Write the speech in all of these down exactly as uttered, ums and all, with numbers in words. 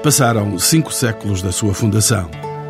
Passaram cinco séculos da sua fundação.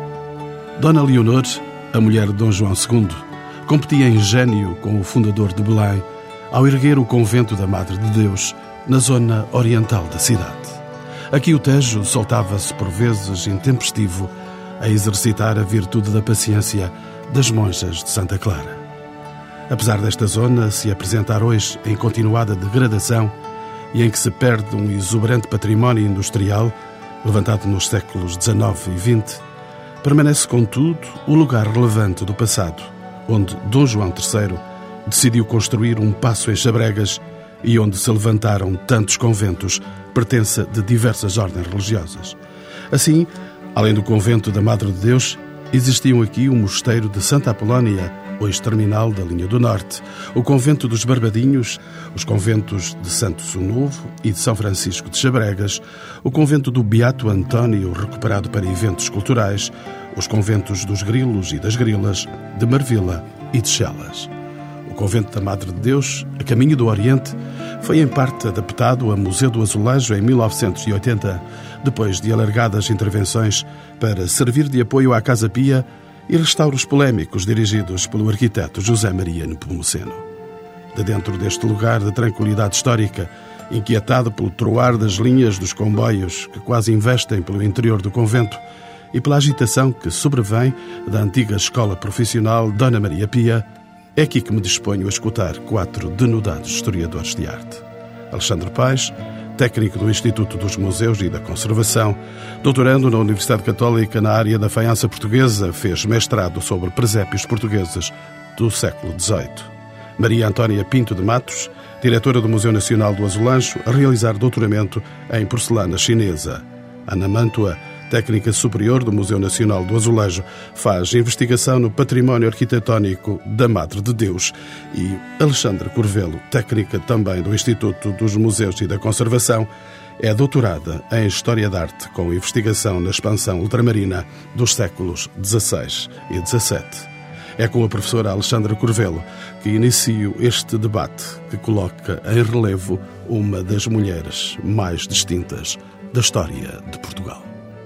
Dona Leonor, a mulher de Dom João segundo, competia em gênio com o fundador de Belém ao erguer o convento da Madre de Deus na zona oriental da cidade. Aqui o Tejo soltava-se por vezes intempestivo a exercitar a virtude da paciência das monjas de Santa Clara. Apesar desta zona se apresentar hoje em continuada degradação e em que se perde um exuberante património industrial levantado nos séculos dezenove e vinte, permanece, contudo, o lugar relevante do passado, onde Dom João terceiro decidiu construir um paço em Chabregas e onde se levantaram tantos conventos, pertença de diversas ordens religiosas. Assim, além do convento da Madre de Deus, existiam aqui o mosteiro de Santa Apolónia, hoje terminal da linha do Norte, o convento dos Barbadinhos, os conventos de Santo Sonovo e de São Francisco de Chabregas, o convento do Beato António, recuperado para eventos culturais, os conventos dos Grilos e das Grilas, de Marvila e de Chelas. O convento da Madre de Deus, a caminho do Oriente, foi em parte adaptado a Museu do Azulejo em mil novecentos e oitenta, depois de alargadas intervenções para servir de apoio à Casa Pia e restauros polémicos dirigidos pelo arquiteto José Maria Nepomuceno. De dentro deste lugar de tranquilidade histórica, inquietado pelo troar das linhas dos comboios que quase investem pelo interior do convento e pela agitação que sobrevém da antiga escola profissional Dona Maria Pia, é aqui que me disponho a escutar quatro denodados historiadores de arte. Alexandre Paes, técnico do Instituto dos Museus e da Conservação, doutorando na Universidade Católica na área da faiança portuguesa, fez mestrado sobre presépios portugueses do século dezoito. Maria Antônia Pinto de Matos, diretora do Museu Nacional do Azulejo, a realizar doutoramento em porcelana chinesa. Ana Mantua, técnica superior do Museu Nacional do Azulejo, faz investigação no património arquitetónico da Madre de Deus. E Alexandra Corvelo, técnica também do Instituto dos Museus e da Conservação, é doutorada em História da Arte com investigação na expansão ultramarina dos séculos dezasseis e dezassete. É com a professora Alexandra Corvelo que inicio este debate que coloca em relevo uma das mulheres mais distintas da história de Portugal.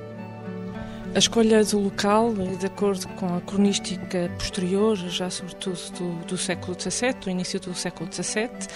A escolha do local, de acordo com a cronística posterior, já sobretudo do, do século dezassete, do início do século dezassete,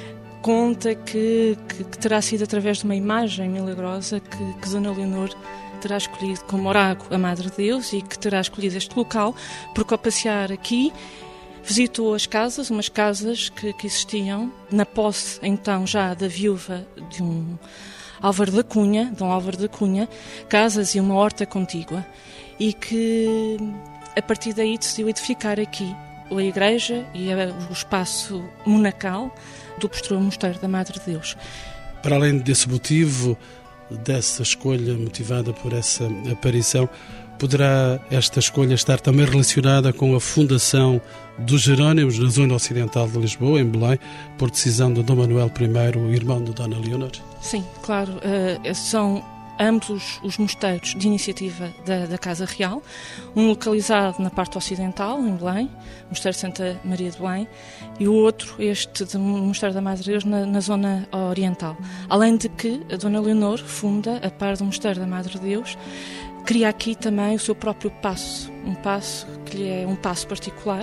conta que, que, que terá sido através de uma imagem milagrosa que, que Dona Leonor terá escolhido como oráculo a Madre de Deus e que terá escolhido este local, porque ao passear aqui visitou as casas, umas casas que, que existiam na posse então já da viúva de um Álvaro da Cunha, Dom Álvaro da Cunha, casas e uma horta contígua, e que a partir daí decidiu edificar aqui a igreja e o espaço monacal do posterior mosteiro da Madre de Deus. Para além desse motivo, dessa escolha motivada por essa aparição, poderá esta escolha estar também relacionada com a fundação dos Jerónimos na zona ocidental de Lisboa, em Belém, por decisão de Dom Manuel I, o irmão de Dona Leonor? Sim, claro. Uh, são ambos os mosteiros de iniciativa da, da Casa Real, um localizado na parte ocidental, em Belém, o Mosteiro de Santa Maria de Belém, e o outro, este do Mosteiro da Madre de Deus, na, na zona oriental. Além de que a Dona Leonor funda, a par do Mosteiro da Madre de Deus, cria aqui também o seu próprio paço, um paço que lhe é um paço particular,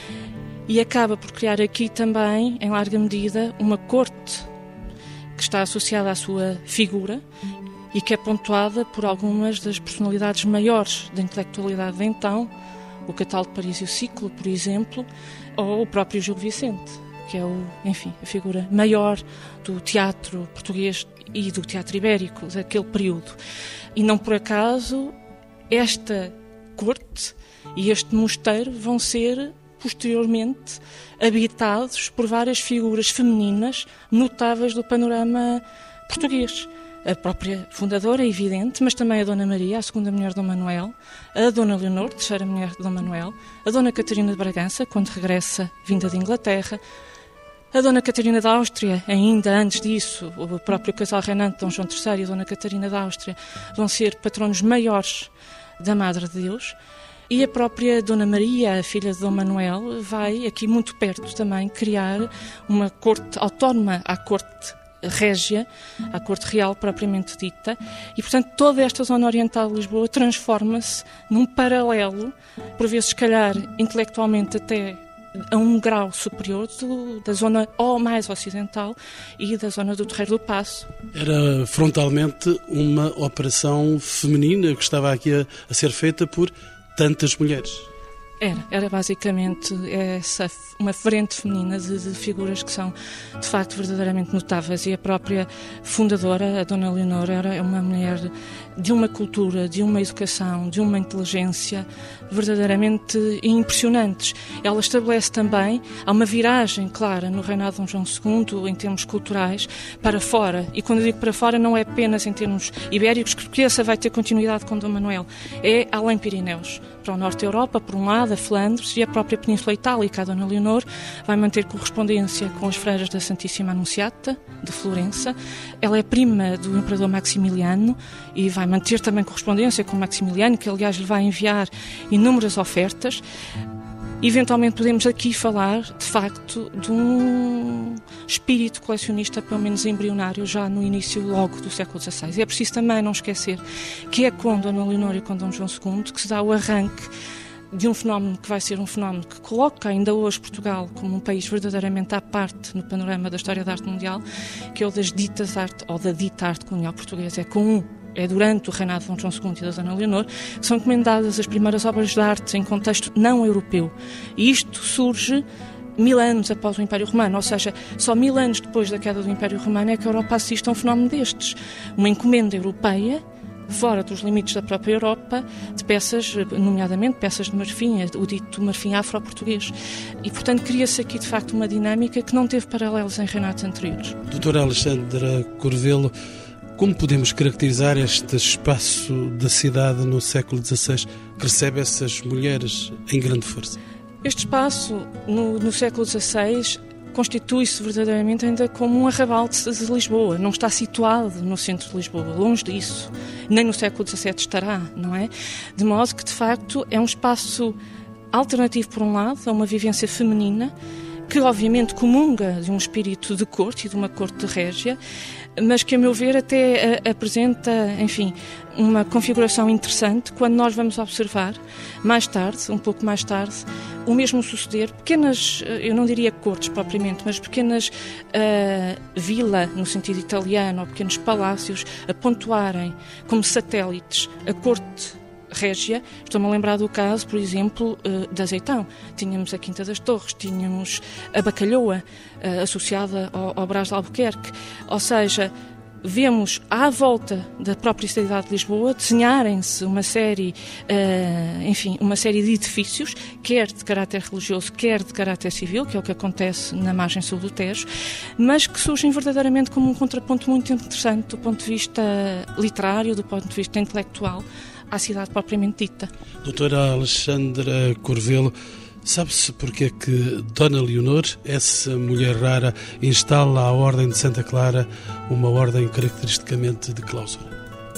e acaba por criar aqui também, em larga medida, uma corte que está associada à sua figura e que é pontuada por algumas das personalidades maiores da intelectualidade de então, o Cataldo de Paris e o Ciclo, por exemplo, ou o próprio Gil Vicente, que é o, enfim, a figura maior do teatro português e do teatro ibérico daquele período. E não por acaso esta corte e este mosteiro vão ser posteriormente habitados por várias figuras femininas notáveis do panorama português. A própria fundadora, é evidente, mas também a Dona Maria, a segunda mulher de Dom Manuel, a Dona Leonor, terceira mulher de Dom Manuel, a Dona Catarina de Bragança, quando regressa vinda de Inglaterra, a Dona Catarina da Áustria, ainda antes disso, o próprio casal reinante, Dom João terceiro e a Dona Catarina da Áustria, vão ser patronos maiores da Madre de Deus. E a própria Dona Maria, a filha de Dom Manuel, vai aqui muito perto também criar uma corte autónoma à corte régia, à corte real propriamente dita, e portanto toda esta zona oriental de Lisboa transforma-se num paralelo, por vezes se calhar intelectualmente até a um grau superior do, da zona ou mais ocidental e da zona do Terreiro do Paço. Era frontalmente uma operação feminina que estava aqui a, a ser feita por tantas mulheres. Era, era basicamente essa, uma frente feminina de, de figuras que são, de facto, verdadeiramente notáveis. E a própria fundadora, a Dona Leonor, era uma mulher de uma cultura, de uma educação, de uma inteligência verdadeiramente impressionantes. Ela estabelece também, há uma viragem clara no reinado de Dom João segundo, em termos culturais, para fora. E quando eu digo para fora, não é apenas em termos ibéricos, porque essa vai ter continuidade com Dom Manuel. É além Pirineus, para o norte da Europa, por um lado, a Flandres e a própria Península Itálica. A Dona Leonor vai manter correspondência com as freiras da Santíssima Anunciata, de Florença. Ela é prima do Imperador Maximiliano e vai manter também correspondência com Maximiliano, que aliás lhe vai enviar inúmeras ofertas. Eventualmente podemos aqui falar, de facto, de um espírito colecionista, pelo menos embrionário, já no início logo do século dezasseis. E é preciso também não esquecer que é com Dona Leonor e com Dom João segundo que se dá o arranque de um fenómeno que vai ser um fenómeno que coloca ainda hoje Portugal como um país verdadeiramente à parte no panorama da história da arte mundial, que é o das ditas arte, ou da dita arte colonial portuguesa. É com um É durante o reinado de Dom João segundo e da Dona Leonor que são encomendadas as primeiras obras de arte em contexto não europeu. E isto surge mil anos após o Império Romano, ou seja, só mil anos depois da queda do Império Romano é que a Europa assiste a um fenómeno destes. Uma encomenda europeia, fora dos limites da própria Europa, de peças, nomeadamente peças de marfim, o dito marfim afro-português. E, portanto, cria-se aqui, de facto, uma dinâmica que não teve paralelos em reinados anteriores. Doutora Alexandra Corvelo, como podemos caracterizar este espaço da cidade no século dezasseis que recebe essas mulheres em grande força? Este espaço, no, no século dezasseis, constitui-se verdadeiramente ainda como um arrabal de, de Lisboa. Não está situado no centro de Lisboa, longe disso. Nem no século dezassete estará, não é? De modo que, de facto, é um espaço alternativo, por um lado, a uma vivência feminina, que obviamente comunga de um espírito de corte e de uma corte de régia, mas que, a meu ver, até apresenta, enfim, uma configuração interessante quando nós vamos observar, mais tarde, um pouco mais tarde, o mesmo suceder, pequenas, eu não diria cortes propriamente, mas pequenas uh, vila, no sentido italiano, ou pequenos palácios, a pontuarem como satélites a corte régia. Estou-me a lembrar do caso, por exemplo, de Azeitão. Tínhamos a Quinta das Torres, tínhamos a Bacalhoa, associada ao, ao Brás de Albuquerque. Ou seja, vemos à volta da própria cidade de Lisboa desenharem-se uma série, enfim, uma série de edifícios, quer de caráter religioso, quer de caráter civil, que é o que acontece na margem sul do Tejo, mas que surgem verdadeiramente como um contraponto muito interessante do ponto de vista literário, do ponto de vista intelectual, à cidade propriamente dita. Doutora Alexandra Corvelo, sabe-se porque é que Dona Leonor, essa mulher rara, instala a Ordem de Santa Clara, uma ordem caracteristicamente de clausura?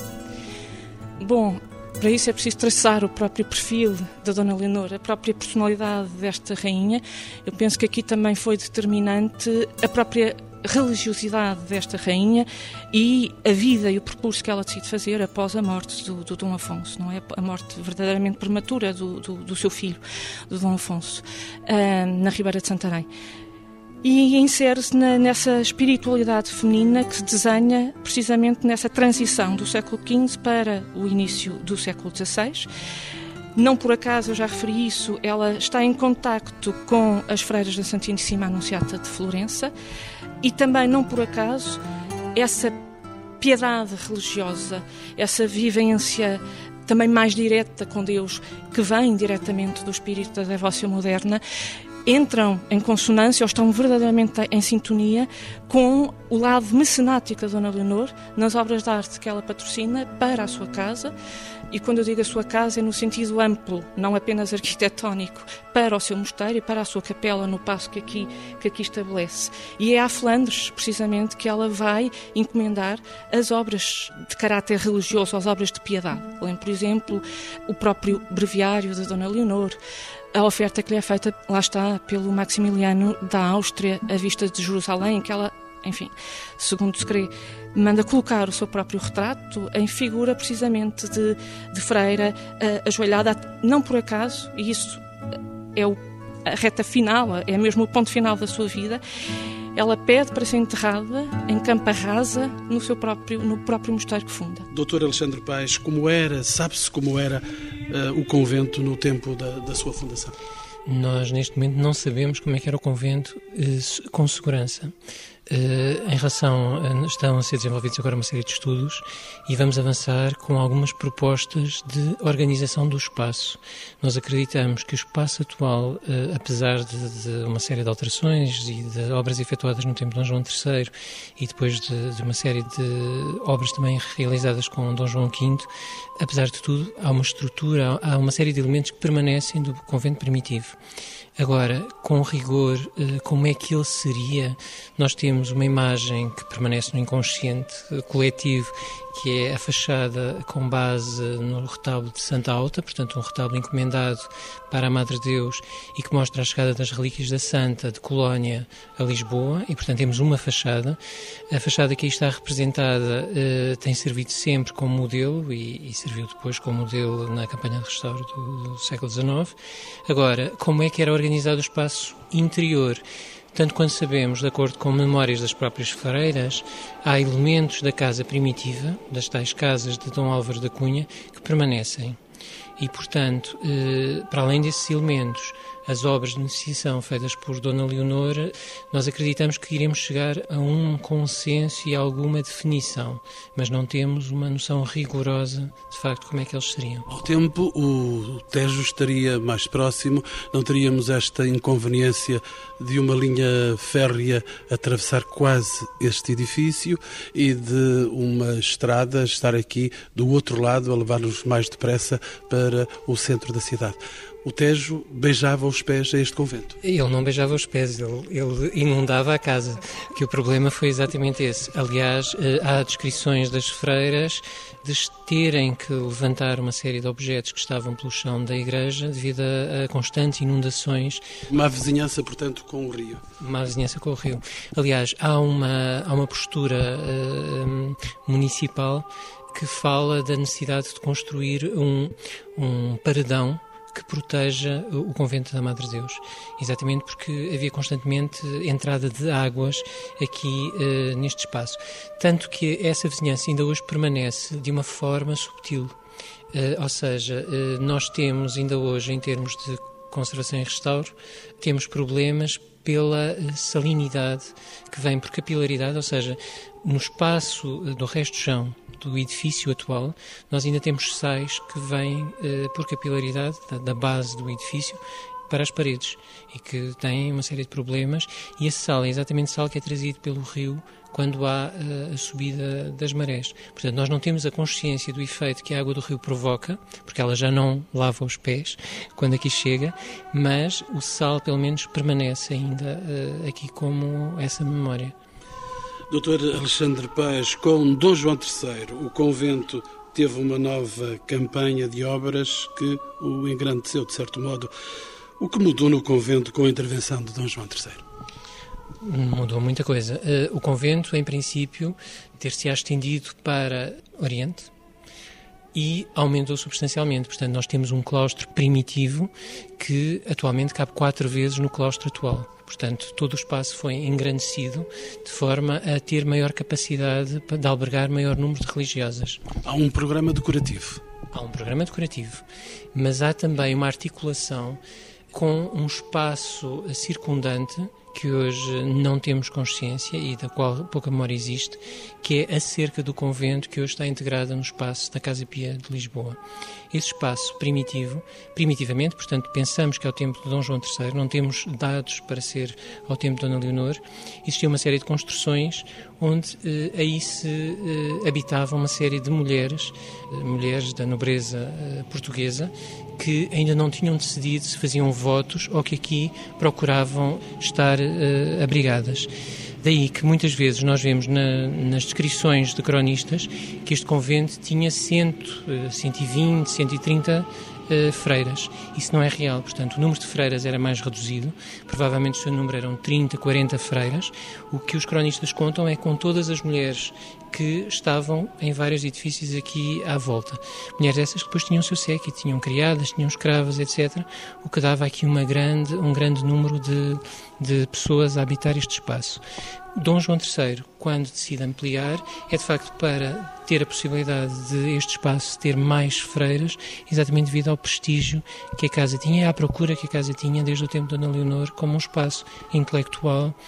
Bom, para isso é preciso traçar o próprio perfil da Dona Leonor, a própria personalidade desta rainha. Eu penso que aqui também foi determinante a própria religiosidade desta rainha e a vida e o percurso que ela decide fazer após a morte do, do Dom Afonso, não é? A morte verdadeiramente prematura do, do, do seu filho, do Dom Afonso, uh, na Ribeira de Santarém. E insere-se na, nessa espiritualidade feminina que se desenha precisamente nessa transição do século quinze para o início do século dezasseis. Não por acaso, eu já referi isso, ela está em contacto com as freiras da Santíssima Anunciata de Florença e também, não por acaso, essa piedade religiosa, essa vivência também mais direta com Deus, que vem diretamente do espírito da devócia moderna, entram em consonância ou estão verdadeiramente em sintonia com o lado mecenático da Dona Leonor nas obras de arte que ela patrocina para a sua casa. E quando eu digo a sua casa é no sentido amplo, não apenas arquitetónico, para o seu mosteiro e para a sua capela no paço que aqui, que aqui estabelece. E é à Flandres, precisamente, que ela vai encomendar as obras de caráter religioso, as obras de piedade. Lembro, por exemplo, o próprio breviário da Dona Leonor, a oferta que lhe é feita, lá está, pelo Maximiliano da Áustria, à vista de Jerusalém, que ela enfim, segundo se crê, manda colocar o seu próprio retrato em figura precisamente de, de freira, uh, ajoelhada, não por acaso, e isso é o, a reta final, é mesmo o ponto final da sua vida. Ela pede para ser enterrada em Campa Rasa, no seu próprio, no próprio mosteiro que funda. doutor Alexandre Paes, como era, sabe-se como era uh, o convento no tempo da, da sua fundação? Nós, neste momento, não sabemos como é que era o convento uh, com segurança. Uh, em relação, uh, estão a ser desenvolvidos agora uma série de estudos e vamos avançar com algumas propostas de organização do espaço. Nós acreditamos que o espaço atual, uh, apesar de, de uma série de alterações e de obras efetuadas no tempo de Dom João terceiro e depois de, de uma série de obras também realizadas com Dom João quinto, apesar de tudo, há uma estrutura, há uma série de elementos que permanecem do convento primitivo. Agora, com rigor, como é que ele seria? Nós temos uma imagem que permanece no inconsciente coletivo, que é a fachada com base no retábulo de Santa Auta, portanto um retábulo encomendado para a Madre de Deus e que mostra a chegada das relíquias da Santa de Colónia a Lisboa, e portanto temos uma fachada. A fachada que aí está representada eh, tem servido sempre como modelo e, e serviu depois como modelo na campanha de restauro do, do século dezenove. Agora, como é que era organizado o espaço interior? Tanto quanto sabemos, de acordo com memórias das próprias freiras, há elementos da casa primitiva, das tais casas de Dom Álvaro da Cunha, que permanecem. E, portanto, eh, para além desses elementos, as obras de iniciação feitas por Dona Leonor, nós acreditamos que iremos chegar a um consenso e a alguma definição, mas não temos uma noção rigorosa, de facto, como é que eles seriam. Ao tempo, o Tejo estaria mais próximo, não teríamos esta inconveniência de uma linha férrea atravessar quase este edifício e de uma estrada estar aqui do outro lado a levar-nos mais depressa para o centro da cidade. O Tejo beijava os pés a este convento. Ele não beijava os pés, ele, ele inundava a casa, que o problema foi exatamente esse. Aliás, há descrições das freiras de terem que levantar uma série de objetos que estavam pelo chão da igreja devido a, a constantes inundações. Uma vizinhança, portanto, com o rio. Uma vizinhança com o rio. Aliás, há uma, há uma postura uh, municipal que fala da necessidade de construir um, um paredão que proteja o convento da Madre de Deus, exatamente porque havia constantemente entrada de águas aqui uh, neste espaço. Tanto que essa vizinhança ainda hoje permanece de uma forma subtil, uh, ou seja, uh, nós temos ainda hoje, em termos de conservação e restauro, temos problemas pela salinidade que vem por capilaridade, ou seja, no espaço do resto do chão do edifício atual, nós ainda temos sais que vêm eh, por capilaridade da, da base do edifício para as paredes e que têm uma série de problemas, e esse sal é exatamente sal que é trazido pelo rio quando há uh, a subida das marés. Portanto, nós não temos a consciência do efeito que a água do rio provoca, porque ela já não lava os pés quando aqui chega, mas o sal pelo menos permanece ainda uh, aqui como essa memória. doutor Alexandre Paes, com Dom João terceiro, o convento teve uma nova campanha de obras que o engrandeceu, de certo modo. O que mudou no convento com a intervenção de Dom João terceiro? Mudou muita coisa. O convento, em princípio, ter-se-á estendido para Oriente e aumentou substancialmente. Portanto, nós temos um claustro primitivo que atualmente cabe quatro vezes no claustro atual. Portanto, todo o espaço foi engrandecido de forma a ter maior capacidade de albergar maior número de religiosas. Há um programa decorativo. Há um programa decorativo, mas há também uma articulação com um espaço circundante que hoje não temos consciência e da qual pouca memória existe, que é a cerca do convento que hoje está integrada no espaço da Casa Pia de Lisboa. Esse espaço primitivo, primitivamente, portanto, pensamos que é o tempo de Dom João terceiro, não temos dados para ser ao tempo de Dona Leonor, existia uma série de construções onde eh, aí se eh, habitava uma série de mulheres, eh, mulheres da nobreza eh, portuguesa, que ainda não tinham decidido se faziam votos ou que aqui procuravam estar uh, abrigadas. Daí que muitas vezes nós vemos na, nas descrições de cronistas que este convento tinha cem, cento e vinte, cento e trinta uh, freiras. Isso não é real, portanto, o número de freiras era mais reduzido, provavelmente o seu número eram trinta, quarenta freiras. O que os cronistas contam é com todas as mulheres que estavam em vários edifícios aqui à volta. Mulheres essas que depois tinham o seu séquito, tinham criadas, tinham escravas, etcétera, o que dava aqui uma grande, um grande número de, de pessoas a habitar este espaço. Dom João terceiro, quando decide ampliar, é de facto para ter a possibilidade de este espaço ter mais freiras, exatamente devido ao prestígio que a casa tinha e à procura que a casa tinha desde o tempo de Dona Leonor como um espaço intelectual,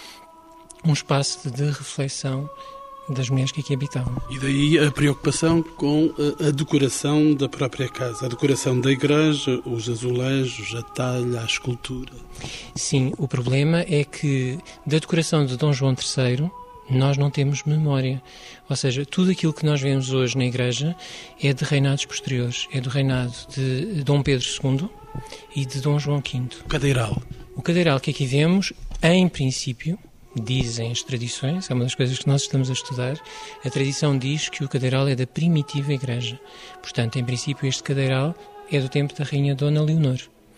um espaço de reflexão das mulheres que aqui habitavam. E daí a preocupação com a decoração da própria casa, a decoração da igreja, os azulejos, a talha, a escultura. Sim, o problema é que da decoração de Dom João terceiro nós não temos memória. Ou seja, tudo aquilo que nós vemos hoje na igreja é de reinados posteriores. É do reinado de Dom Pedro segundo e de Dom João quinto. O cadeiral. O cadeiral que aqui vemos, em princípio, dizem as tradições, é uma das coisas que nós estamos a estudar, a tradição diz que o cadeiral é da primitiva igreja. Portanto, em princípio, este cadeiral é do tempo da rainha Dona Leonor.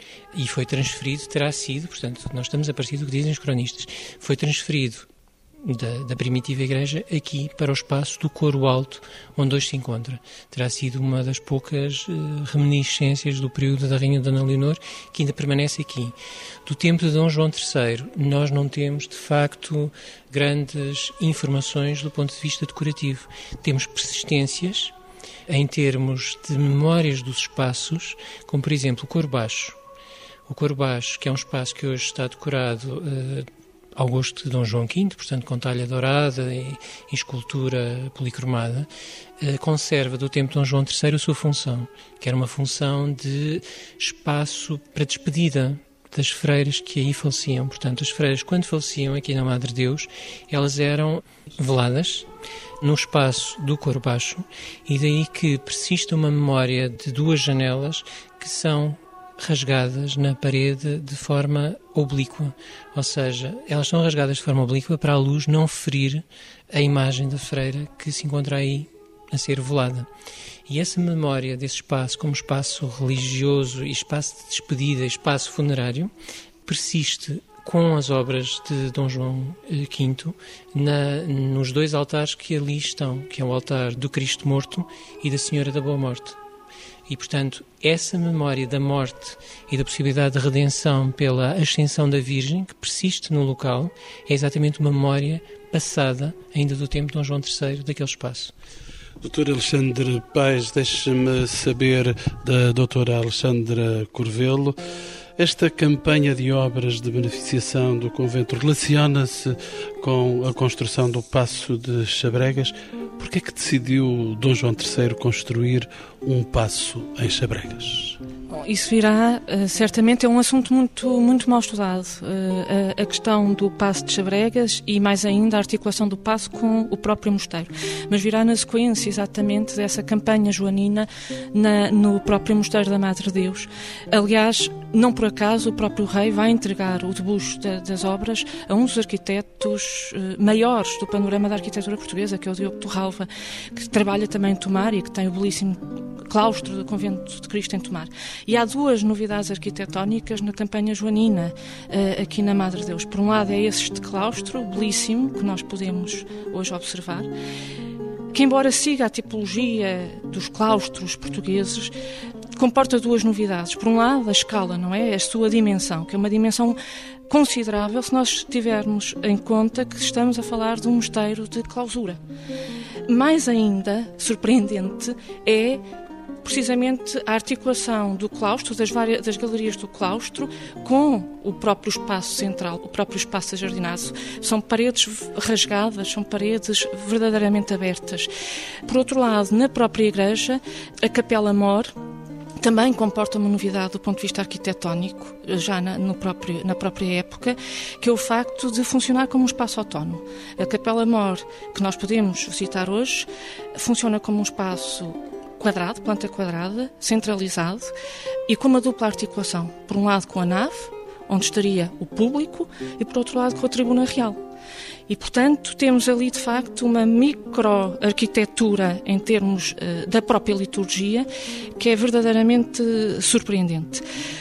E foi transferido, terá sido, portanto, nós estamos a partir do que dizem os cronistas, foi transferido da, da primitiva igreja aqui para o espaço do coro alto, onde hoje se encontra. Terá sido uma das poucas uh, reminiscências do período da rainha Dona Leonor que ainda permanece aqui. Do tempo de Dom João terceiro, nós não temos, de facto, grandes informações do ponto de vista decorativo. Temos persistências em termos de memórias dos espaços, como, por exemplo, o coro baixo. O coro baixo, que é um espaço que hoje está decorado uh, ao gosto de Dom João quinto, portanto com talha dourada e, e escultura policromada, eh, conserva do tempo de Dom João terceiro a sua função, que era uma função de espaço para despedida das freiras que aí faleciam. Portanto, as freiras, quando faleciam aqui na Madre Deus, elas eram veladas no espaço do coro baixo, e daí que persiste uma memória de duas janelas que são rasgadas na parede de forma oblíqua, ou seja, elas são rasgadas de forma oblíqua para a luz não ferir a imagem da freira que se encontra aí a ser velada. E essa memória desse espaço como espaço religioso e espaço de despedida, espaço funerário, persiste com as obras de Dom João quinto na, nos dois altares que ali estão, que é o altar do Cristo Morto e da Senhora da Boa Morte. E, portanto, essa memória da morte e da possibilidade de redenção pela ascensão da Virgem, que persiste no local, é exatamente uma memória passada, ainda do tempo de Dom João terceiro, daquele espaço. doutor Alexandre Paes, deixe-me saber da doutora Alexandra Corvelo. Esta campanha de obras de beneficiação do convento relaciona-se com a construção do Paço de Chabregas. Por que é que decidiu Dom João terceiro construir um paço em Chabregas? Bom, isso virá, uh, certamente, é um assunto muito, muito mal estudado. Uh, a, a questão do Paço de Chabregas e, mais ainda, a articulação do paço com o próprio mosteiro. Mas virá na sequência, exatamente, dessa campanha joanina na, no próprio Mosteiro da Madre de Deus. Aliás, não por acaso, o próprio rei vai entregar o debuxo de, das obras a um dos arquitetos uh, maiores do panorama da arquitetura portuguesa, que é o Diogo Torralva, que trabalha também em Tomar e que tem o belíssimo claustro do Convento de Cristo em Tomar. E há duas novidades arquitetónicas na campanha joanina, uh, aqui na Madre de Deus. Por um lado é este claustro belíssimo, que nós podemos hoje observar, que, embora siga a tipologia dos claustros portugueses, comporta duas novidades. Por um lado, a escala, não é? A sua dimensão, que é uma dimensão considerável se nós tivermos em conta que estamos a falar de um mosteiro de clausura. Mais ainda, surpreendente, é precisamente a articulação do claustro, das, várias, das galerias do claustro, com o próprio espaço central, o próprio espaço ajardinado. São paredes rasgadas, são paredes verdadeiramente abertas. Por outro lado, na própria igreja, a Capela Mor também comporta uma novidade do ponto de vista arquitetónico, já na, no próprio, na própria época, que é o facto de funcionar como um espaço autónomo. A Capela Mor, que nós podemos visitar hoje, funciona como um espaço quadrado, planta quadrada, centralizado e com uma dupla articulação. Por um lado com a nave, onde estaria o público, e por outro lado com a Tribuna Real. E, portanto, temos ali, de facto, uma microarquitetura em termos uh, da própria liturgia que é verdadeiramente surpreendente.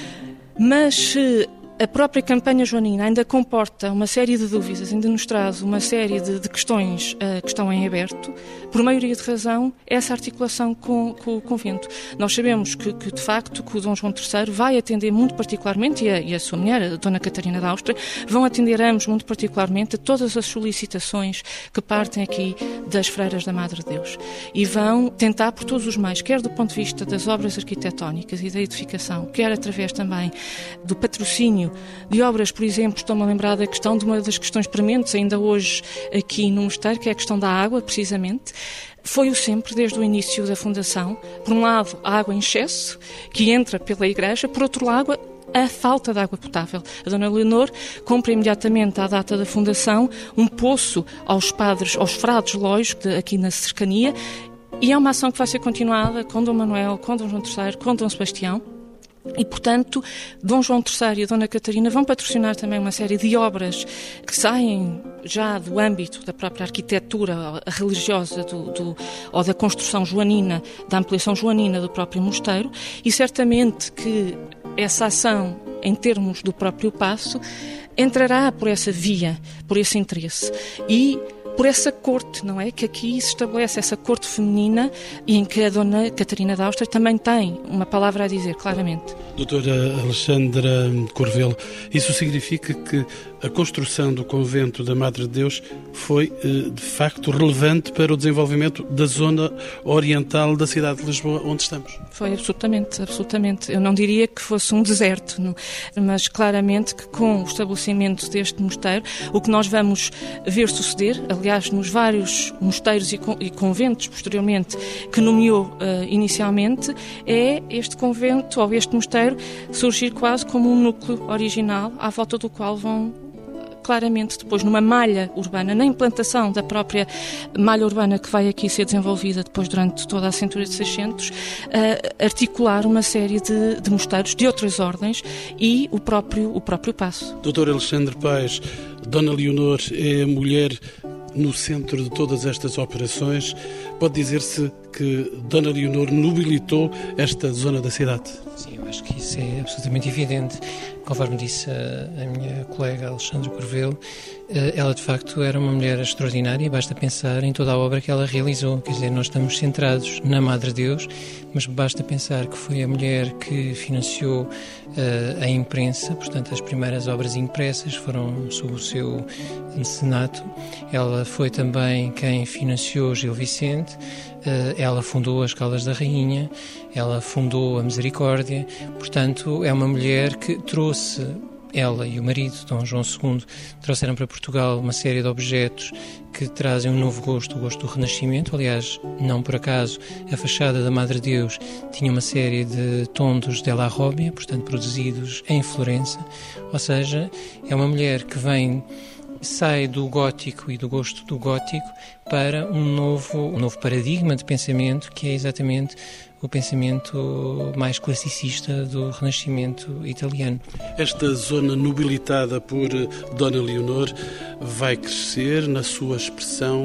Mas se a própria campanha joanina ainda comporta uma série de dúvidas, ainda nos traz uma série de, de questões uh, que estão em aberto, por maioria de razão, essa articulação com, com o convento. Nós sabemos que, que, de facto, que o Dom João terceiro vai atender muito particularmente, e a, e a sua mulher, a Dona Catarina da Áustria, vão atender ambos muito particularmente a todas as solicitações que partem aqui das freiras da Madre de Deus. E vão tentar por todos os meios, quer do ponto de vista das obras arquitetónicas e da edificação, quer através também do patrocínio de obras, por exemplo, estou-me a lembrar da questão de uma das questões prementes ainda hoje aqui no mosteiro, que é a questão da água, precisamente. Foi-o sempre, desde o início da fundação. Por um lado, a água em excesso, que entra pela igreja, por outro lado, a falta de água potável. A Dona Leonor compra imediatamente, à data da fundação, um poço aos padres, aos frades lóis, aqui na cercania, e é uma ação que vai ser continuada com Dom Manuel, com Dom João terceiro, com Dom Sebastião. E, portanto, Dom João terceiro e a Dona Catarina vão patrocinar também uma série de obras que saem já do âmbito da própria arquitetura religiosa do, do, ou da construção joanina, da ampliação joanina do próprio mosteiro, e certamente que essa ação, em termos do próprio paço, entrará por essa via, por esse interesse. E por essa corte, não é? Que aqui se estabelece essa corte feminina e em que a Dona Catarina da Áustria também tem uma palavra a dizer, claramente. Doutora Alexandra Corvelo, isso significa que a construção do convento da Madre de Deus foi, de facto, relevante para o desenvolvimento da zona oriental da cidade de Lisboa, onde estamos? Foi, absolutamente, absolutamente. Eu não diria que fosse um deserto, não, mas claramente que com o estabelecimento deste mosteiro, o que nós vamos ver suceder, aliás, nos vários mosteiros e conventos, posteriormente, que nomeou uh, inicialmente, é este convento, ou este mosteiro, surgir quase como um núcleo original, à volta do qual vão claramente depois numa malha urbana, na implantação da própria malha urbana que vai aqui ser desenvolvida depois durante toda a centúria de seiscentos, uh, articular uma série de, de mosteiros de outras ordens e o próprio, o próprio paço. doutor Alexandre Paes, Dona Leonor é a mulher no centro de todas estas operações. Pode dizer-se que Dona Leonor nobilitou esta zona da cidade? Sim, eu acho que isso é absolutamente evidente. Conforme disse a, a minha colega Alexandra Corvelo, ela de facto era uma mulher extraordinária, basta pensar em toda a obra que ela realizou. Quer dizer, nós estamos centrados na Madre de Deus, mas basta pensar que foi a mulher que financiou uh, a imprensa, portanto as primeiras obras impressas foram sob o seu mecenato. Ela foi também quem financiou Gil Vicente, uh, ela fundou as Caldas da Rainha, ela fundou a Misericórdia, portanto é uma mulher que trouxe, ela e o marido, Dom João segundo, trouxeram para Portugal uma série de objetos que trazem um novo gosto, o gosto do Renascimento. Aliás, não por acaso, a fachada da Madre de Deus tinha uma série de tondos della Robbia, portanto produzidos em Florença. Ou seja, é uma mulher que vem, sai do gótico e do gosto do gótico para um novo, um novo paradigma de pensamento, que é exatamente o pensamento mais classicista do Renascimento italiano. Esta zona nobilitada por Dona Leonor vai crescer na sua expressão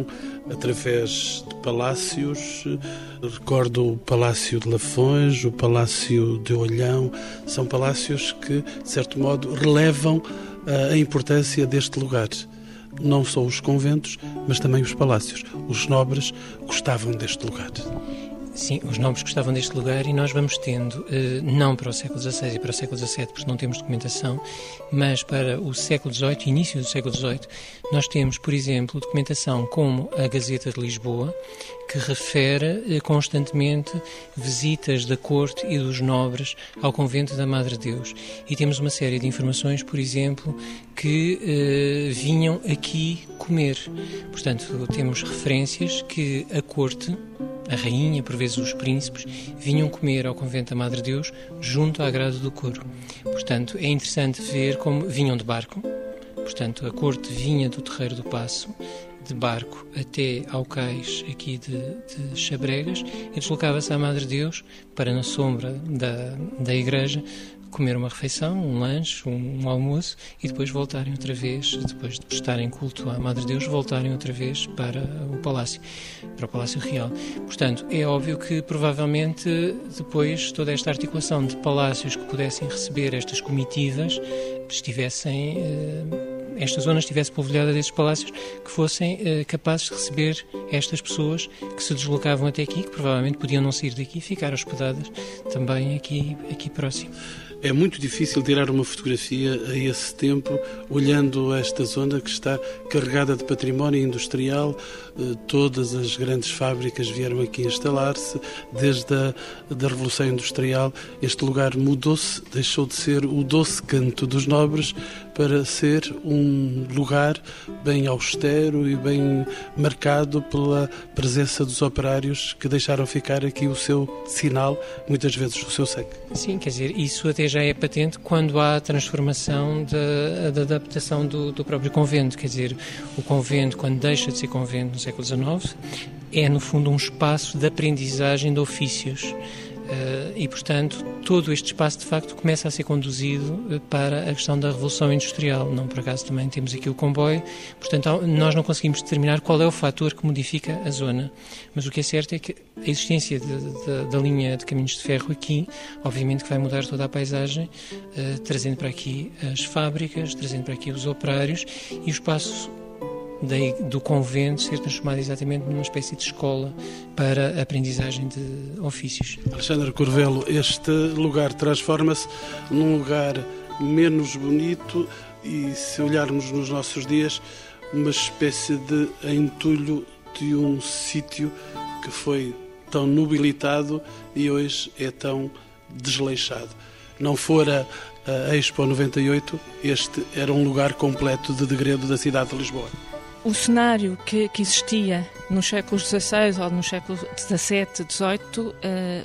através de palácios. Recordo o Palácio de Lafões, o Palácio de Olhão. São palácios que, de certo modo, relevam a importância deste lugar. Não só os conventos, mas também os palácios. Os nobres gostavam deste lugar. Sim, os nobres gostavam deste lugar e nós vamos tendo, não para o século dezasseis e para o século dezassete, porque não temos documentação, mas para o século dezoito, início do século dezoito, nós temos, por exemplo, documentação como a Gazeta de Lisboa, que refere constantemente visitas da corte e dos nobres ao convento da Madre de Deus. E temos uma série de informações, por exemplo, que eh, vinham aqui comer. Portanto, temos referências que a corte, a rainha, por vezes os príncipes, vinham comer ao convento da Madre de Deus junto à grade do coro. Portanto, é interessante ver como vinham de barco. Portanto, a corte vinha do Terreiro do Paço, de barco até ao cais aqui de, de Chabregas e deslocava-se à Madre Deus para, na sombra da, da igreja, comer uma refeição, um lanche, um, um almoço e depois voltarem outra vez, depois de prestarem culto à Madre Deus, voltarem outra vez para o Palácio, para o Palácio Real. Portanto, é óbvio que provavelmente depois toda esta articulação de palácios que pudessem receber estas comitivas estivessem... Eh, esta zona estivesse povoada desses palácios que fossem eh, capazes de receber estas pessoas que se deslocavam até aqui, que provavelmente podiam não sair daqui e ficar hospedadas também aqui, aqui próximo. É muito difícil tirar uma fotografia a esse tempo, olhando esta zona que está carregada de património industrial. Todas as grandes fábricas vieram aqui instalar-se, desde a da Revolução Industrial. Este lugar mudou-se, deixou de ser o doce canto dos nobres para ser um lugar bem austero e bem marcado pela presença dos operários que deixaram ficar aqui o seu sinal, muitas vezes o seu sangue. Sim, quer dizer, isso até já é patente quando há a transformação da, da adaptação do, do próprio convento. Quer dizer, o convento, quando deixa de ser convento no século dezenove, é no fundo um espaço de aprendizagem de ofícios. Uh, e, portanto, todo este espaço, de facto, começa a ser conduzido para a questão da Revolução Industrial. Não por acaso também temos aqui o comboio. Portanto, nós não conseguimos determinar qual é o fator que modifica a zona. Mas o que é certo é que a existência de, de, da linha de caminhos de ferro aqui, obviamente que vai mudar toda a paisagem, uh, trazendo para aqui as fábricas, trazendo para aqui os operários e o espaço do convento ser transformado exatamente numa espécie de escola para a aprendizagem de ofícios. Alexandre Corvelo, este lugar transforma-se num lugar menos bonito e, se olharmos nos nossos dias, uma espécie de entulho de um sítio que foi tão nobilitado e hoje é tão desleixado. Não fora a Expo noventa e oito, este era um lugar completo de degredo da cidade de Lisboa. O cenário que, que existia nos séculos dezasseis ou nos séculos dezassete, dezoito uh,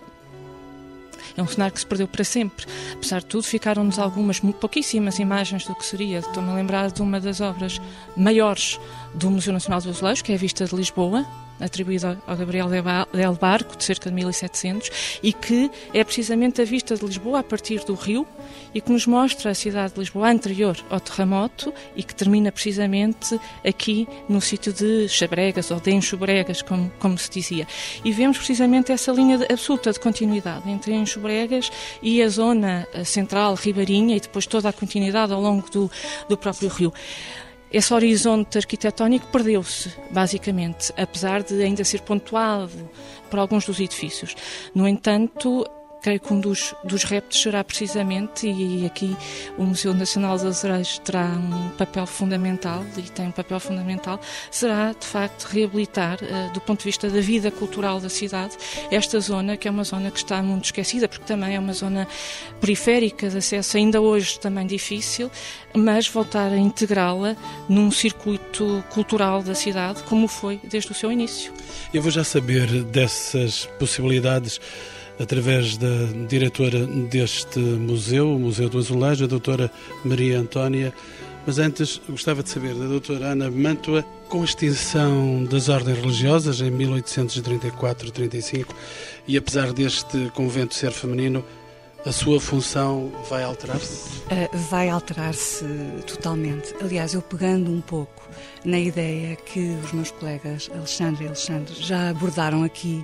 é um cenário que se perdeu para sempre. Apesar de tudo, ficaram-nos algumas, pouquíssimas imagens do que seria. Estou-me a lembrar de uma das obras maiores do Museu Nacional dos Azulejos, que é a Vista de Lisboa, atribuída ao Gabriel Del Barco, de cerca de mil e setecentos, e que é precisamente a vista de Lisboa a partir do rio e que nos mostra a cidade de Lisboa anterior ao terremoto e que termina precisamente aqui no sítio de Chabregas ou de Enxobregas, como, como se dizia. E vemos precisamente essa linha de, absoluta de continuidade entre Enxobregas e a zona central ribeirinha e depois toda a continuidade ao longo do, do próprio rio. Esse horizonte arquitetónico perdeu-se, basicamente, apesar de ainda ser pontuado por alguns dos edifícios. No entanto, creio que um dos, dos reptos será precisamente, e aqui o Museu Nacional dos Azulejos terá um papel fundamental, e tem um papel fundamental, será, de facto, reabilitar, uh, do ponto de vista da vida cultural da cidade, esta zona, que é uma zona que está muito esquecida, porque também é uma zona periférica de acesso, ainda hoje também difícil, mas voltar a integrá-la num circuito cultural da cidade, como foi desde o seu início. Eu vou já saber dessas possibilidades através da diretora deste museu, o Museu do Azulejo, a doutora Maria Antónia. Mas antes gostava de saber da doutora Ana Mantua, com a extinção das ordens religiosas em mil oitocentos e trinta e quatro, trinta e cinco, e apesar deste convento ser feminino, a sua função vai alterar-se? Uh, vai alterar-se totalmente. Aliás, eu pegando um pouco na ideia que os meus colegas Alexandre e Alexandre já abordaram aqui,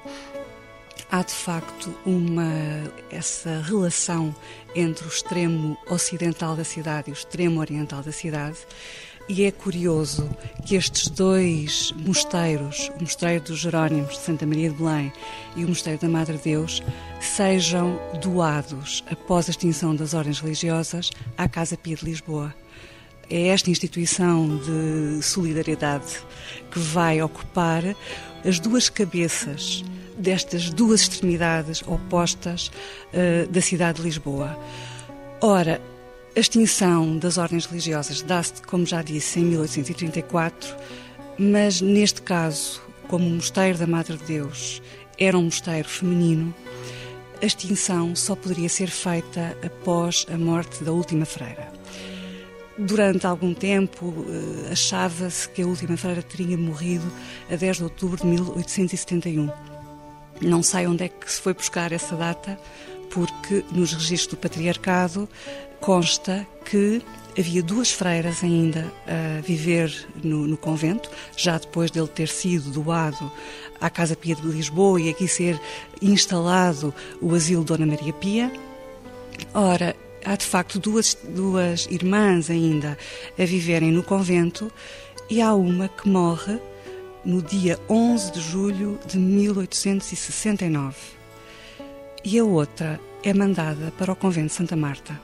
há de facto uma, essa relação entre o extremo ocidental da cidade e o extremo oriental da cidade, e é curioso que estes dois mosteiros, o Mosteiro dos Jerónimos de Santa Maria de Belém e o Mosteiro da Madre Deus, sejam doados após a extinção das ordens religiosas à Casa Pia de Lisboa. É esta instituição de solidariedade que vai ocupar as duas cabeças destas duas extremidades opostas uh, da cidade de Lisboa. Ora, a extinção das ordens religiosas dá-se, como já disse, em mil oitocentos e trinta e quatro, mas neste caso, como o Mosteiro da Madre de Deus era um mosteiro feminino, a extinção só poderia ser feita após a morte da última freira. Durante algum tempo, achava-se que a última freira teria morrido a dez de outubro de mil oitocentos e setenta e um. Não sei onde é que se foi buscar essa data, porque nos registros do Patriarcado consta que havia duas freiras ainda a viver no, no convento, já depois dele ter sido doado à Casa Pia de Lisboa e aqui ser instalado o asilo Dona Maria Pia. Ora, há de facto duas, duas irmãs ainda a viverem no convento e há uma que morre no dia onze de julho de mil oitocentos e sessenta e nove e a outra é mandada para o convento de Santa Marta.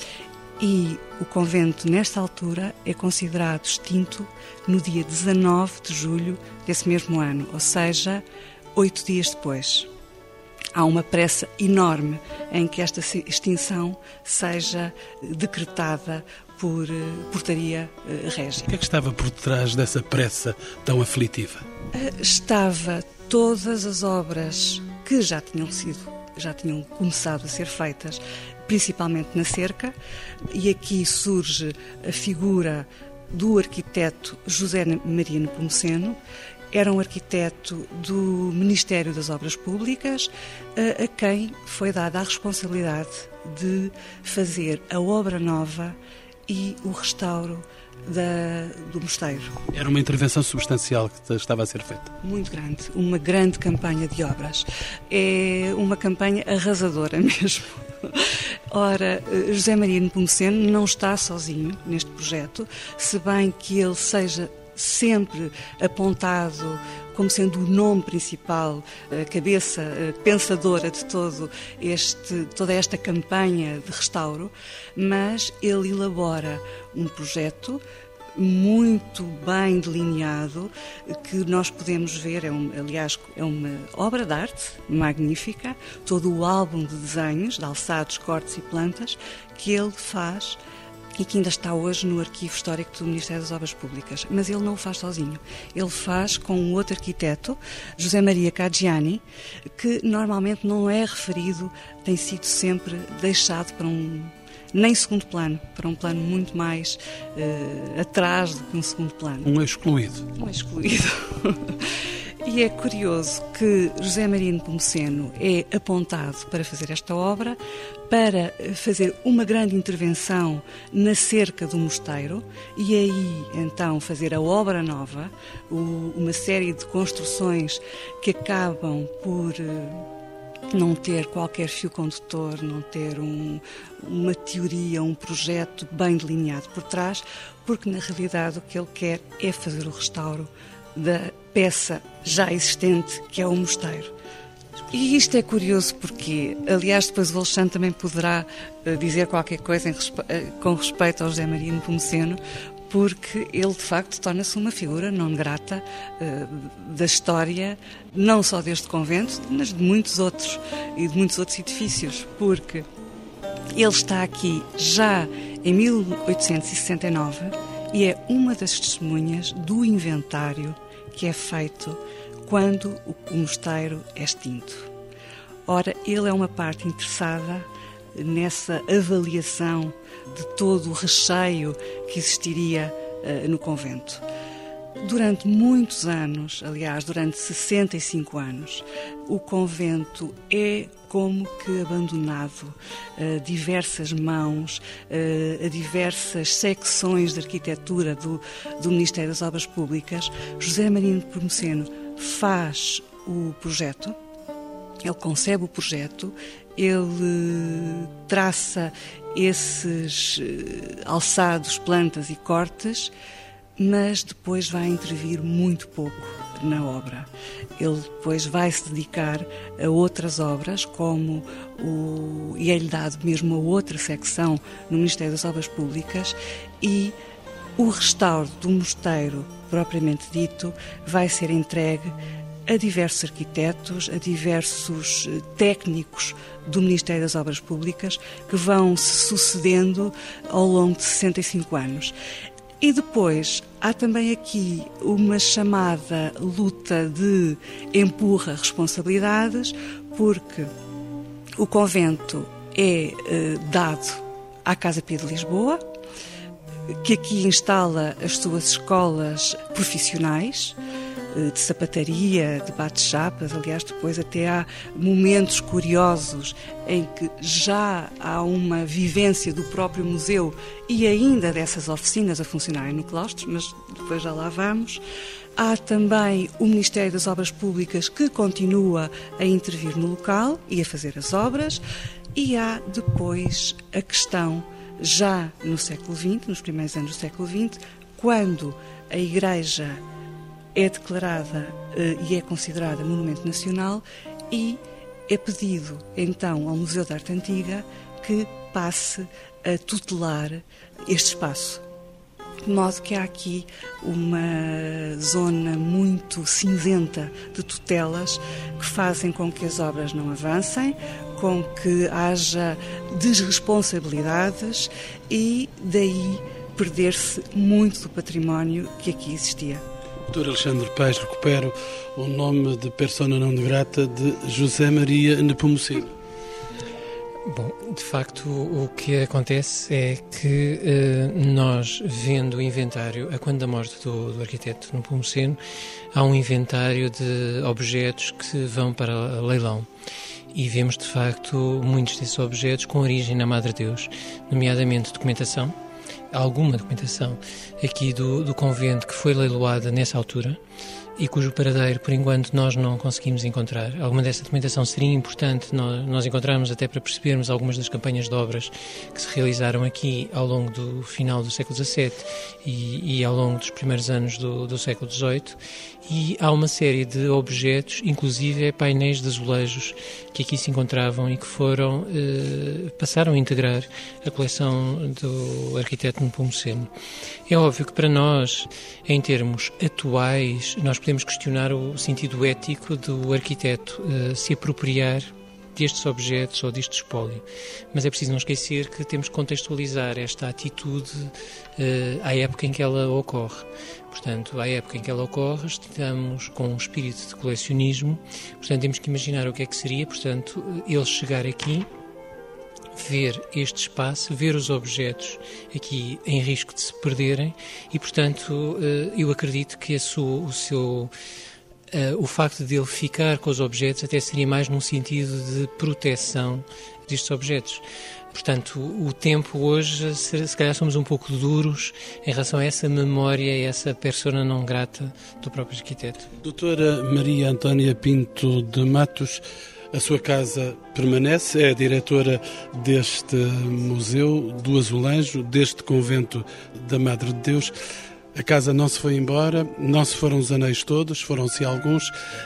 E o convento, nesta altura, é considerado extinto no dia dezanove de julho desse mesmo ano, ou seja, oito dias depois. Há uma pressa enorme em que esta extinção seja decretada por portaria régia. O que é que estava por trás dessa pressa tão aflitiva? Estava todas as obras que já tinham sido, já tinham começado a ser feitas, principalmente na cerca, e aqui surge a figura do arquiteto José Maria Nepomuceno. Era um arquiteto do Ministério das Obras Públicas, a, a quem foi dada a responsabilidade de fazer a obra nova e o restauro da, do mosteiro. Era uma intervenção substancial que estava a ser feita. Muito grande, uma grande campanha de obras. É uma campanha arrasadora mesmo. Ora, José Maria Nepomuceno não está sozinho neste projeto, se bem que ele seja sempre apontado como sendo o nome principal, a cabeça pensadora de todo este, toda esta campanha de restauro, mas ele elabora um projeto muito bem delineado, que nós podemos ver, é um, aliás, é uma obra de arte magnífica, todo o álbum de desenhos, de alçados, cortes e plantas, que ele faz e que ainda está hoje no Arquivo Histórico do Ministério das Obras Públicas. Mas ele não o faz sozinho. Ele faz com um outro arquiteto, José Maria Caggiani, que normalmente não é referido, tem sido sempre deixado para um, nem segundo plano, para um plano muito mais uh, atrás do que um segundo plano. Um excluído. Um excluído. E é curioso que José Maria Nepomuceno é apontado para fazer esta obra, para fazer uma grande intervenção na cerca do mosteiro e aí então fazer a obra nova, uma série de construções que acabam por não ter qualquer fio condutor, não ter um, uma teoria, um projeto bem delineado por trás, porque na realidade o que ele quer é fazer o restauro da peça já existente, que é o mosteiro. E isto é curioso porque, aliás, depois o Alexandre também poderá uh, dizer qualquer coisa em respe- uh, com respeito ao José Maria Nepomuceno, porque ele, de facto, torna-se uma figura não grata uh, da história, não só deste convento, mas de muitos outros, e de muitos outros edifícios, porque ele está aqui já em mil oitocentos e sessenta e nove e é uma das testemunhas do inventário que é feito quando o mosteiro é extinto. Ora, ele é uma parte interessada nessa avaliação de todo o recheio que existiria uh, no convento. Durante muitos anos, aliás, durante sessenta e cinco anos, o convento é como que abandonado a diversas mãos, a diversas secções de arquitetura do, do Ministério das Obras Públicas. José Maria Nepomuceno faz o projeto, ele concebe o projeto, ele traça esses alçados, plantas e cortes, mas depois vai intervir muito pouco na obra. Ele depois vai se dedicar a outras obras, como o, e é-lhe dado mesmo a outra secção no Ministério das Obras Públicas, e o restauro do mosteiro, propriamente dito, vai ser entregue a diversos arquitetos, a diversos técnicos do Ministério das Obras Públicas, que vão se sucedendo ao longo de sessenta e cinco anos. E depois há também aqui uma chamada luta de empurra responsabilidades, porque o convento é eh, dado à Casa Pia de Lisboa, que aqui instala as suas escolas profissionais, de sapataria, de bate-chapas. Aliás, depois até há momentos curiosos em que já há uma vivência do próprio museu e ainda dessas oficinas a funcionarem no claustro, mas depois já lá vamos. Há também o Ministério das Obras Públicas, que continua a intervir no local e a fazer as obras, e há depois a questão, já no século vinte, nos primeiros anos do século vinte, quando a Igreja é declarada uh, e é considerada Monumento Nacional, e é pedido então ao Museu de Arte Antiga que passe a tutelar este espaço. De modo que há aqui uma zona muito cinzenta de tutelas que fazem com que as obras não avancem, com que haja desresponsabilidades e daí perder-se muito do património que aqui existia. doutor Alexandre Paes, recupero o nome de persona não grata de José Maria Nepomuceno. Bom, de facto, o que acontece é que eh, nós, vendo o inventário, a quando da morte do, do arquiteto Nepomuceno, há um inventário de objetos que vão para leilão. E vemos, de facto, muitos desses objetos com origem na Madre Deus, nomeadamente documentação, alguma documentação aqui do, do convento que foi leiloada nessa altura e cujo paradeiro, por enquanto, nós não conseguimos encontrar. Alguma dessa documentação seria importante nós, nós encontrarmos até para percebermos algumas das campanhas de obras que se realizaram aqui ao longo do final do século dezassete e, e ao longo dos primeiros anos do, do século dezoito. E há uma série de objetos, inclusive painéis de azulejos, que aqui se encontravam e que foram, eh, passaram a integrar a coleção do arquiteto Nepomuceno. É óbvio que para nós, em termos atuais, nós podemos questionar o sentido ético do arquiteto eh, se apropriar destes objetos ou deste espólio. Mas é preciso não esquecer que temos que contextualizar esta atitude eh, à época em que ela ocorre. Portanto, à época em que ela ocorre, estamos com um espírito de colecionismo, portanto, temos que imaginar o que é que seria, portanto, ele chegar aqui, ver este espaço, ver os objetos aqui em risco de se perderem e, portanto, eh, eu acredito que esse, o seu... Uh, o facto de ele ficar com os objetos até seria mais num sentido de proteção destes objetos. Portanto, o tempo hoje, se, se calhar somos um pouco duros em relação a essa memória, essa persona não grata do próprio arquiteto. Doutora Maria Antónia Pinto de Matos, a sua casa permanece, é a diretora deste museu do Azulejo, deste convento da Madre de Deus. A casa não se foi embora, não se foram os anéis todos, foram-se alguns.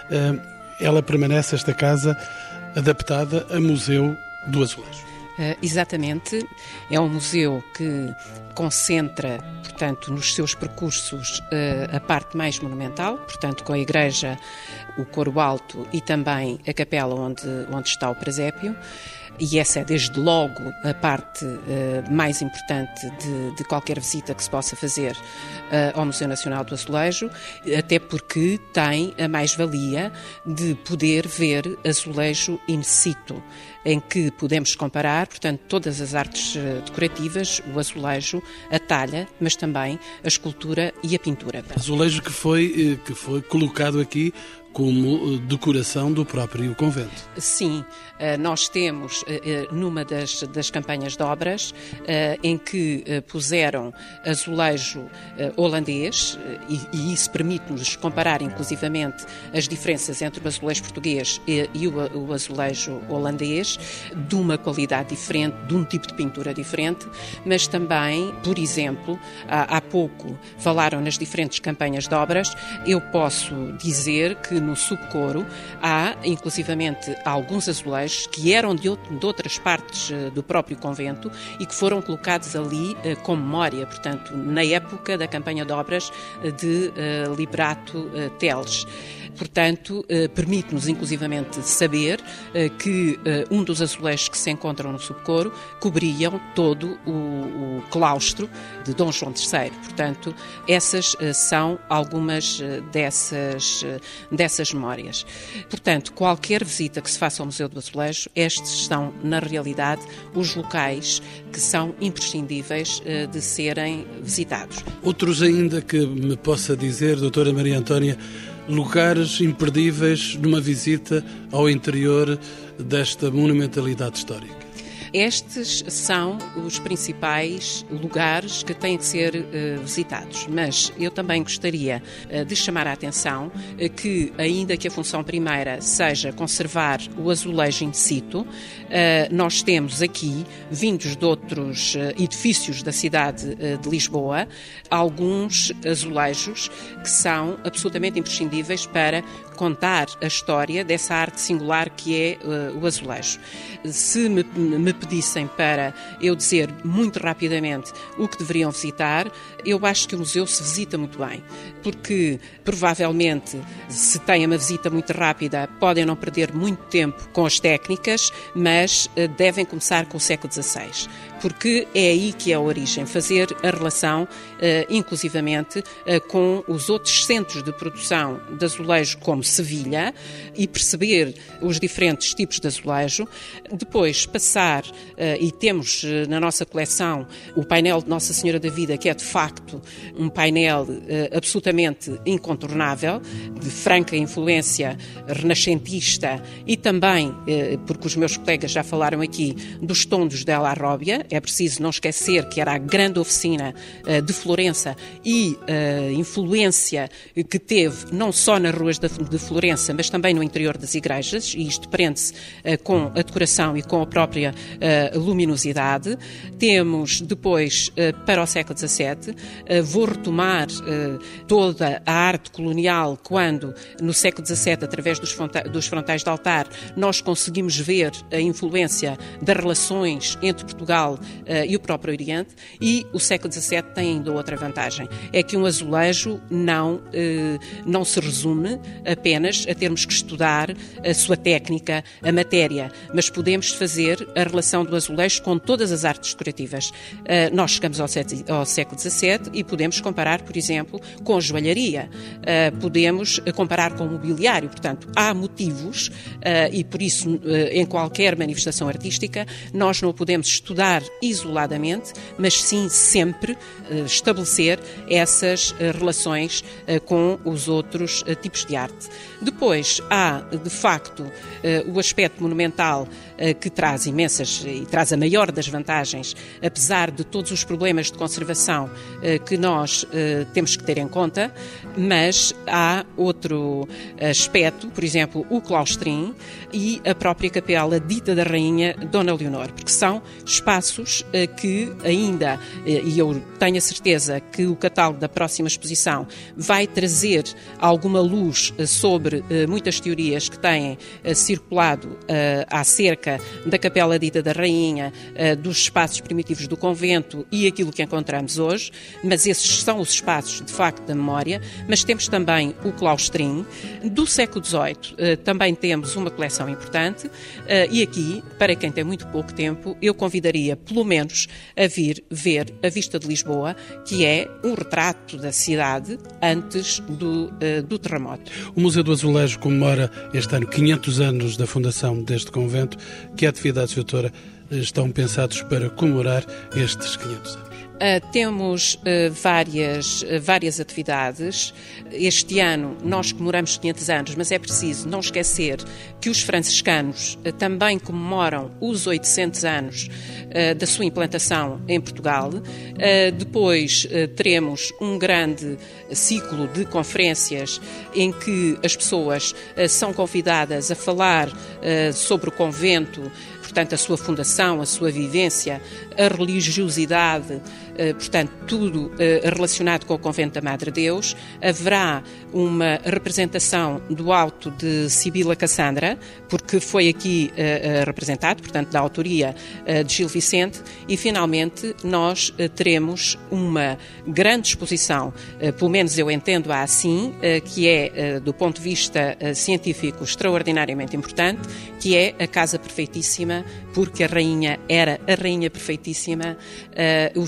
Ela permanece, esta casa, adaptada a museu do Azulejo. Uh, exatamente. É um museu que concentra, portanto, nos seus percursos uh, a parte mais monumental, portanto, com a igreja, o coro alto e também a capela onde, onde está o presépio. E essa é, desde logo, a parte uh, mais importante de, de qualquer visita que se possa fazer uh, ao Museu Nacional do Azulejo, até porque tem a mais-valia de poder ver azulejo in situ, em que podemos comparar, portanto, todas as artes uh, decorativas, o azulejo, a talha, mas também a escultura e a pintura. Azulejo que foi, que foi colocado aqui como decoração do próprio convento. Sim, nós temos numa das, das campanhas de obras em que puseram azulejo holandês e, e isso permite-nos comparar inclusivamente as diferenças entre o azulejo português e, e o, o azulejo holandês, de uma qualidade diferente, de um tipo de pintura diferente, mas também, por exemplo, há, há pouco falaram nas diferentes campanhas de obras, eu posso dizer que no subcoro há, inclusivamente, alguns azulejos que eram de, outro, de outras partes uh, do próprio convento e que foram colocados ali uh, com memória, portanto, na época da campanha de obras uh, de uh, Liberato uh, Teles. Portanto, eh, permite-nos inclusivamente saber eh, que eh, um dos azulejos que se encontram no subcoro cobriam todo o, o claustro de Dom João terceiro. Portanto, essas eh, são algumas eh, dessas, eh, dessas dessas memórias. Portanto, qualquer visita que se faça ao Museu do Azulejo, estes são, na realidade, os locais que são imprescindíveis de serem visitados. Outros ainda que me possa dizer, doutora Maria Antónia, lugares imperdíveis numa visita ao interior desta monumentalidade histórica? Estes são os principais lugares que têm que ser uh, visitados, mas eu também gostaria uh, de chamar a atenção uh, que, ainda que a função primeira seja conservar o azulejo in situ, uh, nós temos aqui, vindos de outros uh, edifícios da cidade uh, de Lisboa, alguns azulejos que são absolutamente imprescindíveis para contar a história dessa arte singular que é uh, o azulejo. Se me, me pedissem para eu dizer muito rapidamente o que deveriam visitar, eu acho que o museu se visita muito bem, porque provavelmente, se têm uma visita muito rápida, podem não perder muito tempo com as técnicas, mas uh, devem começar com o século dezasseis, porque é aí que é a origem, fazer a relação, uh, inclusivamente, uh, com os outros centros de produção de azulejo, como Sevilha, e perceber os diferentes tipos de azulejo. Depois passar, uh, e temos uh, na nossa coleção o painel de Nossa Senhora da Vida, que é de facto um painel uh, absolutamente incontornável, de franca influência renascentista e também, uh, porque os meus colegas já falaram aqui, dos tondos della Robbia. É preciso não esquecer que era a grande oficina uh, de Florença e a uh, influência que teve não só nas ruas de, de Florença, mas também no interior das igrejas, e isto prende-se uh, com a decoração e com a própria uh, luminosidade. Temos depois, uh, para o século dezassete, uh, vou retomar uh, toda a arte colonial quando, no século dezassete, através dos, fronta- dos frontais de altar, nós conseguimos ver a influência das relações entre Portugal Uh, e o próprio Oriente. E o século dezassete tem ainda outra vantagem, é que um azulejo não, uh, não se resume apenas a termos que estudar a sua técnica, a matéria, mas podemos fazer a relação do azulejo com todas as artes decorativas. Uh, nós chegamos ao, sete, ao século dezassete e podemos comparar, por exemplo, com a joalharia, uh, podemos comparar com o mobiliário. Portanto, há motivos uh, e por isso, uh, em qualquer manifestação artística, nós não podemos estudar isoladamente, mas sim sempre uh, estabelecer essas uh, relações uh, com os outros uh, tipos de arte. Depois há, de facto, uh, o aspecto monumental uh, que traz imensas e traz a maior das vantagens, apesar de todos os problemas de conservação uh, que nós uh, temos que ter em conta, mas há outro aspecto, por exemplo, o claustrim e a própria capela dita da Rainha Dona Leonor, porque são espaços que ainda, e eu tenho a certeza que o catálogo da próxima exposição vai trazer alguma luz sobre muitas teorias que têm circulado acerca da capela dita da Rainha, dos espaços primitivos do convento e aquilo que encontramos hoje, mas esses são os espaços, de facto, da memória. Mas temos também o claustrim. Do século dezoito também temos uma coleção importante e aqui, para quem tem muito pouco tempo, eu convidaria pelo menos a vir ver a Vista de Lisboa, que é um retrato da cidade antes do, do terremoto. O Museu do Azulejo comemora este ano quinhentos anos da fundação deste convento. Que atividades, doutora, estão pensados para comemorar estes quinhentos anos? Uh, temos uh, várias, uh, várias atividades. Este ano nós comemoramos quinhentos anos, mas é preciso não esquecer que os franciscanos uh, também comemoram os oitocentos anos uh, da sua implantação em Portugal. Uh, depois uh, teremos um grande ciclo de conferências em que as pessoas uh, são convidadas a falar uh, sobre o convento, portanto, a sua fundação, a sua vivência, a religiosidade, portanto, tudo relacionado com o Convento da Madre Deus. Haverá uma representação do auto de Sibila Cassandra, porque foi aqui representado, portanto, da autoria de Gil Vicente, e finalmente nós teremos uma grande exposição, pelo menos eu entendo-a assim, que é, do ponto de vista científico, extraordinariamente importante, que é a Casa Perfeitíssima, porque a Rainha era a Rainha Perfeitíssima, uh, os quinhentos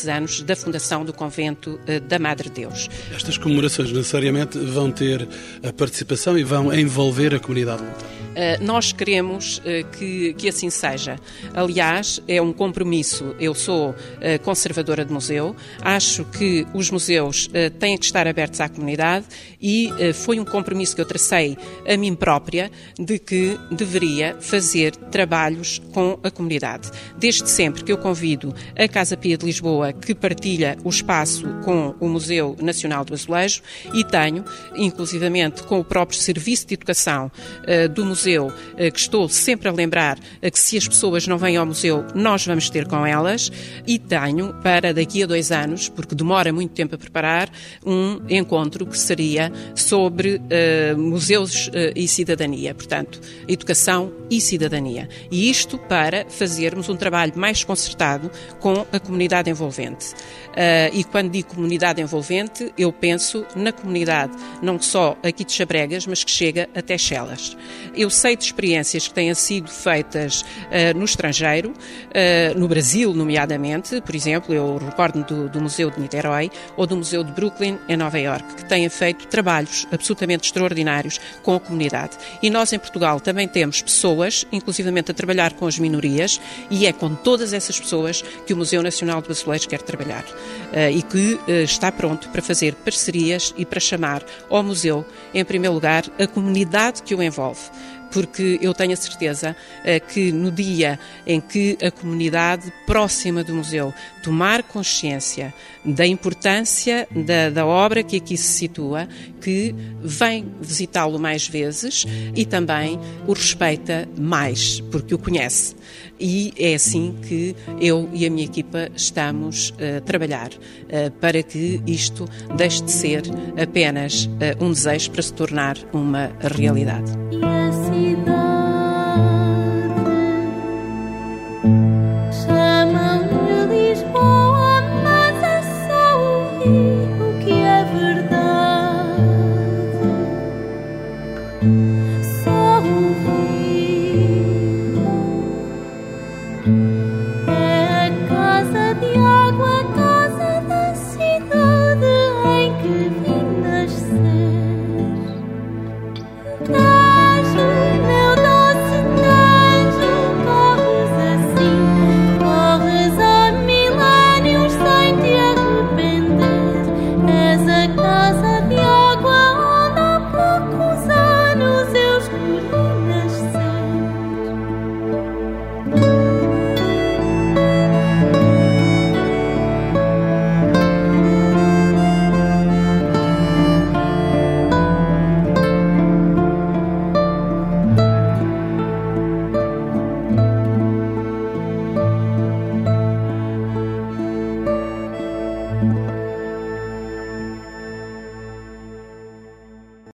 quinhentos anos da fundação do Convento da Madre de Deus. Estas comemorações necessariamente vão ter a participação e vão envolver a comunidade local. Uh, nós queremos uh, que, que assim seja. Aliás, é um compromisso. Eu sou uh, conservadora de museu, acho que os museus uh, têm que estar abertos à comunidade e uh, foi um compromisso que eu tracei a mim própria de que deveria fazer trabalhos com a comunidade. Desde sempre que eu convido a Casa Pia de Lisboa, que partilha o espaço com o Museu Nacional do Azulejo, e tenho, inclusivamente com o próprio Serviço de Educação uh, do Museu, que estou sempre a lembrar que se as pessoas não vêm ao museu, nós vamos ter com elas, e tenho para daqui a dois anos, porque demora muito tempo a preparar, um encontro que seria sobre uh, museus uh, e cidadania, portanto, educação e cidadania. E isto para fazermos um trabalho mais concertado com a comunidade envolvente. Uh, e quando digo comunidade envolvente, eu penso na comunidade não só aqui de Chabregas, mas que chega até Chelas. Eu sei de experiências que têm sido feitas uh, no estrangeiro, uh, no Brasil, nomeadamente, por exemplo, eu recordo do, do Museu de Niterói ou do Museu de Brooklyn, em Nova Iorque, que têm feito trabalhos absolutamente extraordinários com a comunidade. E nós, em Portugal, também temos pessoas, inclusivamente a trabalhar com as minorias, e é com todas essas pessoas que o Museu Nacional do Azulejo quer trabalhar. Uh, e que uh, está pronto para fazer parcerias e para chamar ao museu, em primeiro lugar, a comunidade que o envolve. Porque eu tenho a certeza uh, que no dia em que a comunidade próxima do museu tomar consciência da importância da, da obra que aqui se situa, que vem visitá-lo mais vezes e também o respeita mais, porque o conhece. E é assim que eu e a minha equipa estamos a trabalhar uh, para que isto deixe de ser apenas uh, um desejo para se tornar uma realidade.